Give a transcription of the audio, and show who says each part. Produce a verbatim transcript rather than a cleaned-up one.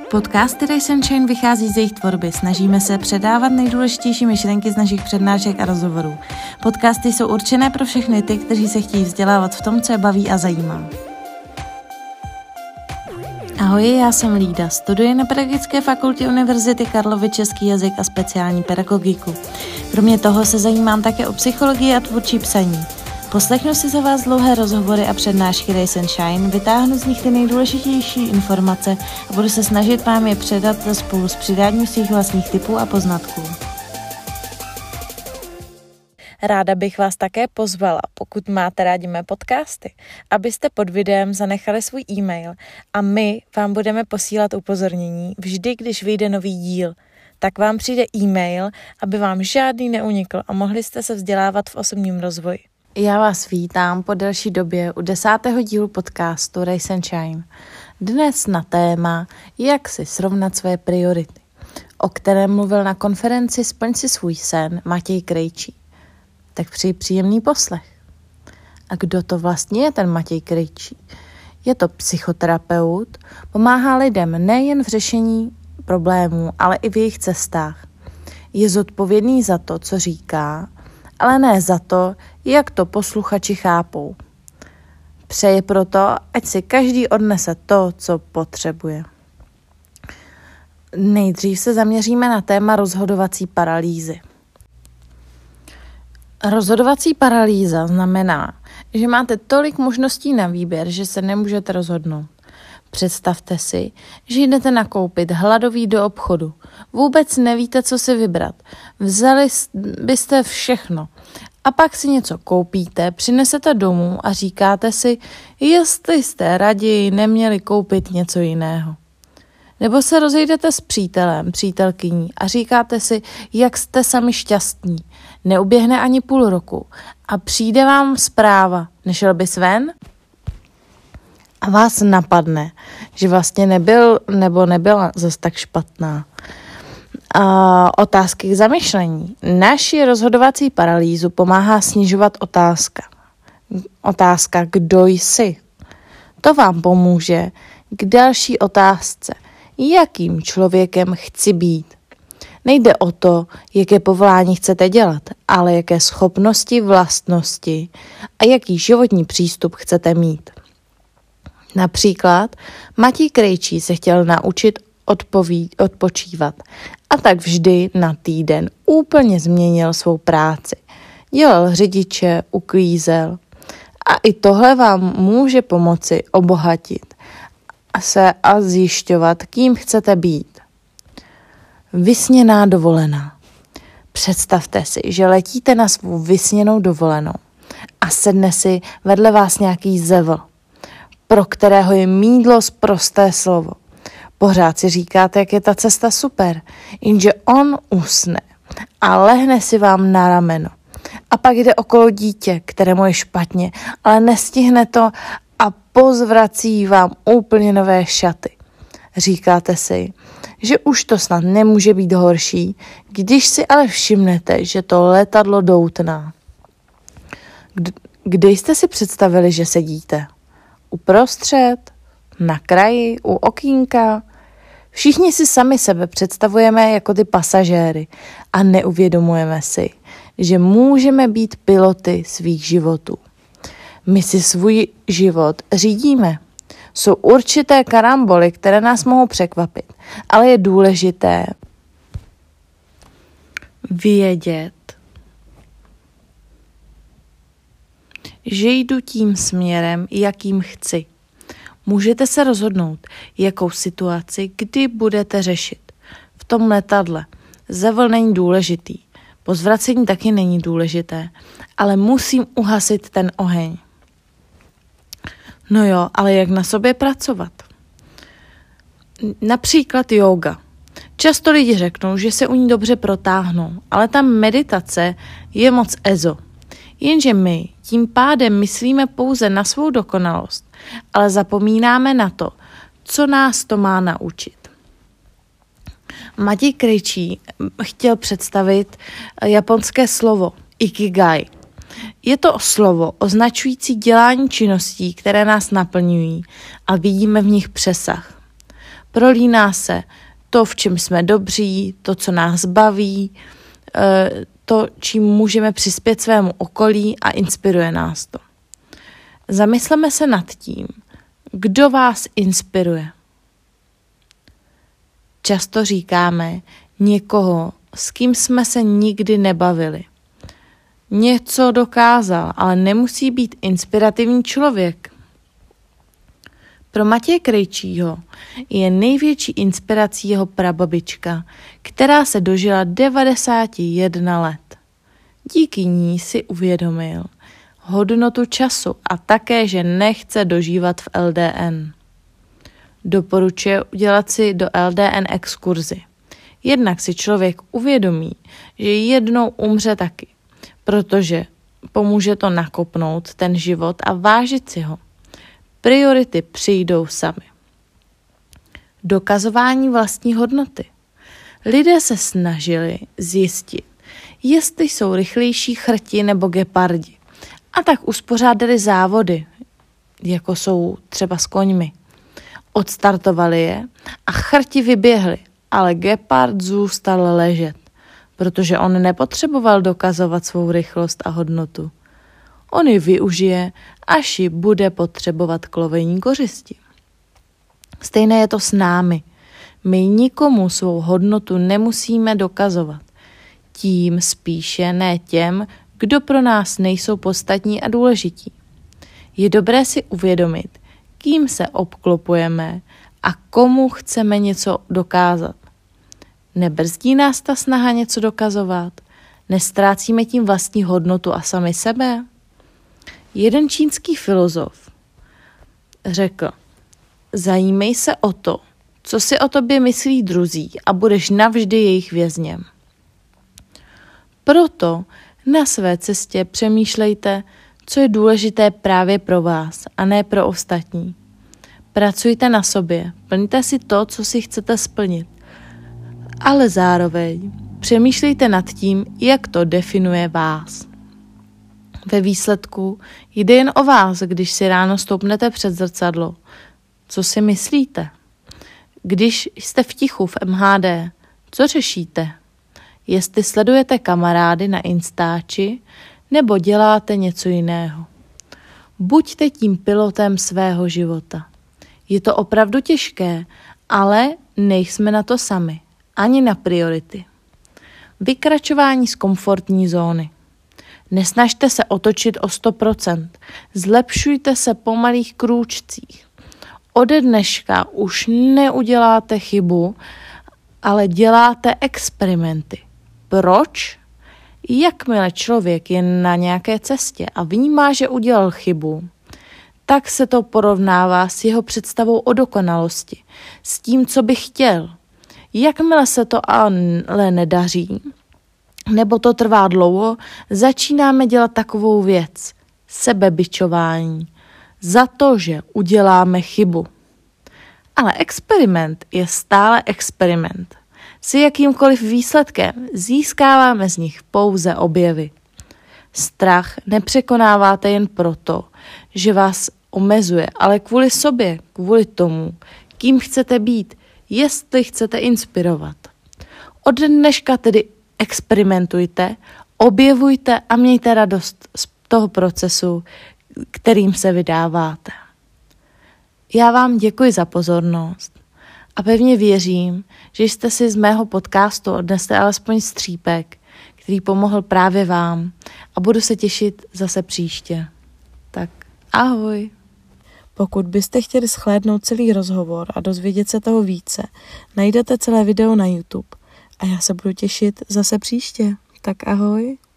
Speaker 1: Podcasty Rise and Shine vychází z jejich tvorby. Snažíme se předávat nejdůležitější myšlenky z našich přednášek a rozhovorů. Podcasty jsou určené pro všechny ty, kteří se chtějí vzdělávat v tom, co je baví a zajímá. Ahoj, já jsem Lída, studuji na Pedagogické fakultě Univerzity Karlovy český jazyk a speciální pedagogiku. Kromě toho se zajímám také o psychologii a tvůrčí psaní. Poslechnu si za vás dlouhé rozhovory a přednášky Rise and Shine, vytáhnu z nich ty nejdůležitější informace a budu se snažit vám je předat spolu s přidáním svých vlastních tipů a poznatků. Ráda bych vás také pozvala, pokud máte rádi mé podcasty, abyste pod videem zanechali svůj e-mail a my vám budeme posílat upozornění vždy, když vyjde nový díl. Tak vám přijde e-mail, aby vám žádný neunikl a mohli jste se vzdělávat v osobním rozvoji. Já vás vítám po delší době u desátého dílu podcastu Rise and Shine. Dnes na téma, jak si srovnat své priority, o kterém mluvil na konferenci Splň si svůj sen Matěj Krejčí. Tak přeji příjemný poslech. A kdo to vlastně je ten Matěj Krejčí? Je to psychoterapeut, pomáhá lidem nejen v řešení problémů, ale i v jejich cestách. Je zodpovědný za to, co říká, ale ne za to, jak to posluchači chápou. Přeje proto, ať si každý odnese to, co potřebuje. Nejdřív se zaměříme na téma rozhodovací paralýzy. Rozhodovací paralýza znamená, že máte tolik možností na výběr, že se nemůžete rozhodnout. Představte si, že jdete nakoupit hladový do obchodu. Vůbec nevíte, co si vybrat. Vzali byste všechno. A pak si něco koupíte, přinesete domů a říkáte si, jestli jste raději neměli koupit něco jiného. Nebo se rozejdete s přítelem, přítelkyní a říkáte si, jak jste sami šťastní. Neuběhne ani půl roku a přijde vám zpráva, nešel bys ven? A vás napadne, že vlastně nebyl nebo nebyla zas tak špatná. A otázky k zamyšlení. Naši rozhodovací paralýzu pomáhá snižovat otázka. Otázka, kdo jsi. To vám pomůže k další otázce. Jakým člověkem chci být? Nejde o to, jaké povolání chcete dělat, ale jaké schopnosti, vlastnosti a jaký životní přístup chcete mít. Například Matěj Krejčí se chtěl naučit odpoví, odpočívat a tak vždy na týden úplně změnil svou práci. Dělal řidiče, uklízel a i tohle vám může pomoci obohatit se a zjišťovat, kým chcete být. Vysněná dovolená. Představte si, že letíte na svou vysněnou dovolenou a sedne si vedle vás nějaký zevl, pro kterého je mýdlo sprosté slovo. Pořád si říkáte, jak je ta cesta super, jenže on usne a lehne si vám na rameno. A pak jde okolo dítě, kterému je špatně, ale nestihne to a pozvrací vám úplně nové šaty. Říkáte si, že už to snad nemůže být horší, když si ale všimnete, že to letadlo doutná. Kdy jste si představili, že sedíte? Uprostřed? Na kraji? U okýnka? Všichni si sami sebe představujeme jako ty pasažéry a neuvědomujeme si, že můžeme být piloty svých životů. My si svůj život řídíme. Jsou určité karamboly, které nás mohou překvapit, ale je důležité vědět, že jdu tím směrem, jakým chci. Můžete se rozhodnout, jakou situaci, kdy budete řešit. V tom letadle zevl není důležitý, pozvracení taky není důležité, ale musím uhasit ten oheň. No jo, ale jak na sobě pracovat? Například yoga. Často lidi řeknou, že se u ní dobře protáhnou, ale ta meditace je moc ezo. Jenže my tím pádem myslíme pouze na svou dokonalost, ale zapomínáme na to, co nás to má naučit. Matěj Krejčí chtěl představit japonské slovo ikigai. Je to slovo označující dělání činností, které nás naplňují a vidíme v nich přesah. Prolíná se to, v čem jsme dobří, to, co nás baví, to, čím můžeme přispět svému okolí a inspiruje nás to. Zamysleme se nad tím, kdo vás inspiruje. Často říkáme někoho, s kým jsme se nikdy nebavili. Něco dokázal, ale nemusí být inspirativní člověk. Pro Matěje Krejčího je největší inspirací jeho prababička, která se dožila devadesát jedna let. Díky ní si uvědomil hodnotu času a také, že nechce dožívat v el dé en. Doporučuje udělat si do el dé en exkurzi. Jednak si člověk uvědomí, že jednou umře taky, protože pomůže to nakopnout ten život a vážit si ho. Priority přijdou sami. Dokazování vlastní hodnoty. Lidé se snažili zjistit, jestli jsou rychlejší chrti nebo gepardi. A tak uspořádali závody, jako jsou třeba s koňmi. Odstartovali je a chrti vyběhli, ale gepard zůstal ležet, protože on nepotřeboval dokazovat svou rychlost a hodnotu. On ji využije, až ji bude potřebovat k lovení kořisti. Stejné je to s námi. My nikomu svou hodnotu nemusíme dokazovat. Tím spíše ne těm, kdo pro nás nejsou podstatní a důležití. Je dobré si uvědomit, kým se obklopujeme a komu chceme něco dokázat. Nebrzdí nás ta snaha něco dokazovat? Nestrácíme tím vlastní hodnotu a sami sebe? Jeden čínský filozof řekl, zajímej se o to, co si o tobě myslí druzí a budeš navždy jejich vězněm. Proto na své cestě přemýšlejte, co je důležité právě pro vás a ne pro ostatní. Pracujte na sobě, plňte si to, co si chcete splnit, ale zároveň přemýšlejte nad tím, jak to definuje vás. Ve výsledku jde jen o vás, když si ráno stoupnete před zrcadlo. Co si myslíte? Když jste v tichu v em há dé, co řešíte? Jestli sledujete kamarády na Instači nebo děláte něco jiného. Buďte tím pilotem svého života. Je to opravdu těžké, ale nejsme na to sami, ani na priority. Vykračování z komfortní zóny. Nesnažte se otočit o sto procent. Zlepšujte se po malých krůčcích. Ode dneška už neuděláte chybu, ale děláte experimenty. Proč? Jakmile člověk je na nějaké cestě a vnímá, že udělal chybu, tak se to porovnává s jeho představou o dokonalosti, s tím, co by chtěl. Jakmile se to ale nedaří, nebo to trvá dlouho, začínáme dělat takovou věc, sebebičování, za to, že uděláme chybu. Ale experiment je stále experiment. S jakýmkoliv výsledkem získáváme z nich pouze objevy. Strach nepřekonáváte jen proto, že vás omezuje, ale kvůli sobě, kvůli tomu, kým chcete být, jestli chcete inspirovat. Od dneška tedy experimentujte, objevujte a mějte radost z toho procesu, kterým se vydáváte. Já vám děkuji za pozornost a pevně věřím, že jste si z mého podcastu odnesli alespoň střípek, který pomohl právě vám a budu se těšit zase příště. Tak ahoj. Pokud byste chtěli shlédnout celý rozhovor a dozvědět se toho více, najdete celé video na YouTube a já se budu těšit zase příště. Tak ahoj.